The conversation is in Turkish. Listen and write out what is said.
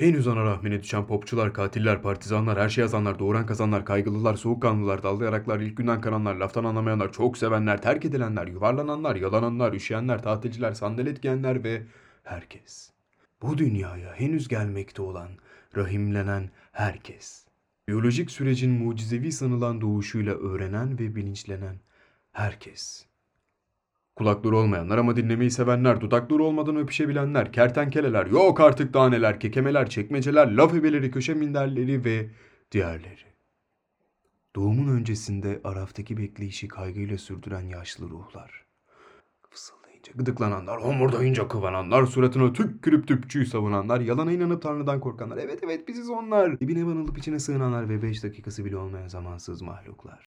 Henüz ana rahmine düşen popçular, katiller, partizanlar, her şey yazanlar, doğuran kazanlar, kaygılılar, soğukkanlılar, dallayaraklar, ilk günden kananlar, laftan anlamayanlar, çok sevenler, terk edilenler, yuvarlananlar, yalananlar, üşüyenler, tatilciler, sandalet giyenler ve herkes. Bu dünyaya henüz gelmekte olan, rahimlenen herkes. Biyolojik sürecin mucizevi sanılan doğuşuyla öğrenen ve bilinçlenen herkes. Kulakları olmayanlar ama dinlemeyi sevenler, dudakları olmadan öpüşebilenler, kertenkeleler, yok artık daha neler, kekemeler, çekmeceler, laf ebeleri, köşe minderleri ve diğerleri. Doğumun öncesinde Araf'taki bekleyişi kaygıyla sürdüren yaşlı ruhlar. Fısıldayınca gıdıklananlar, homurdayınca kıvananlar, suratına tükürüp tüpçüyü savunanlar, yalana inanıp Tanrı'dan korkanlar, evet biziz onlar. Dibine banılıp içine sığınanlar ve 5 dakikası bile olmayan zamansız mahluklar.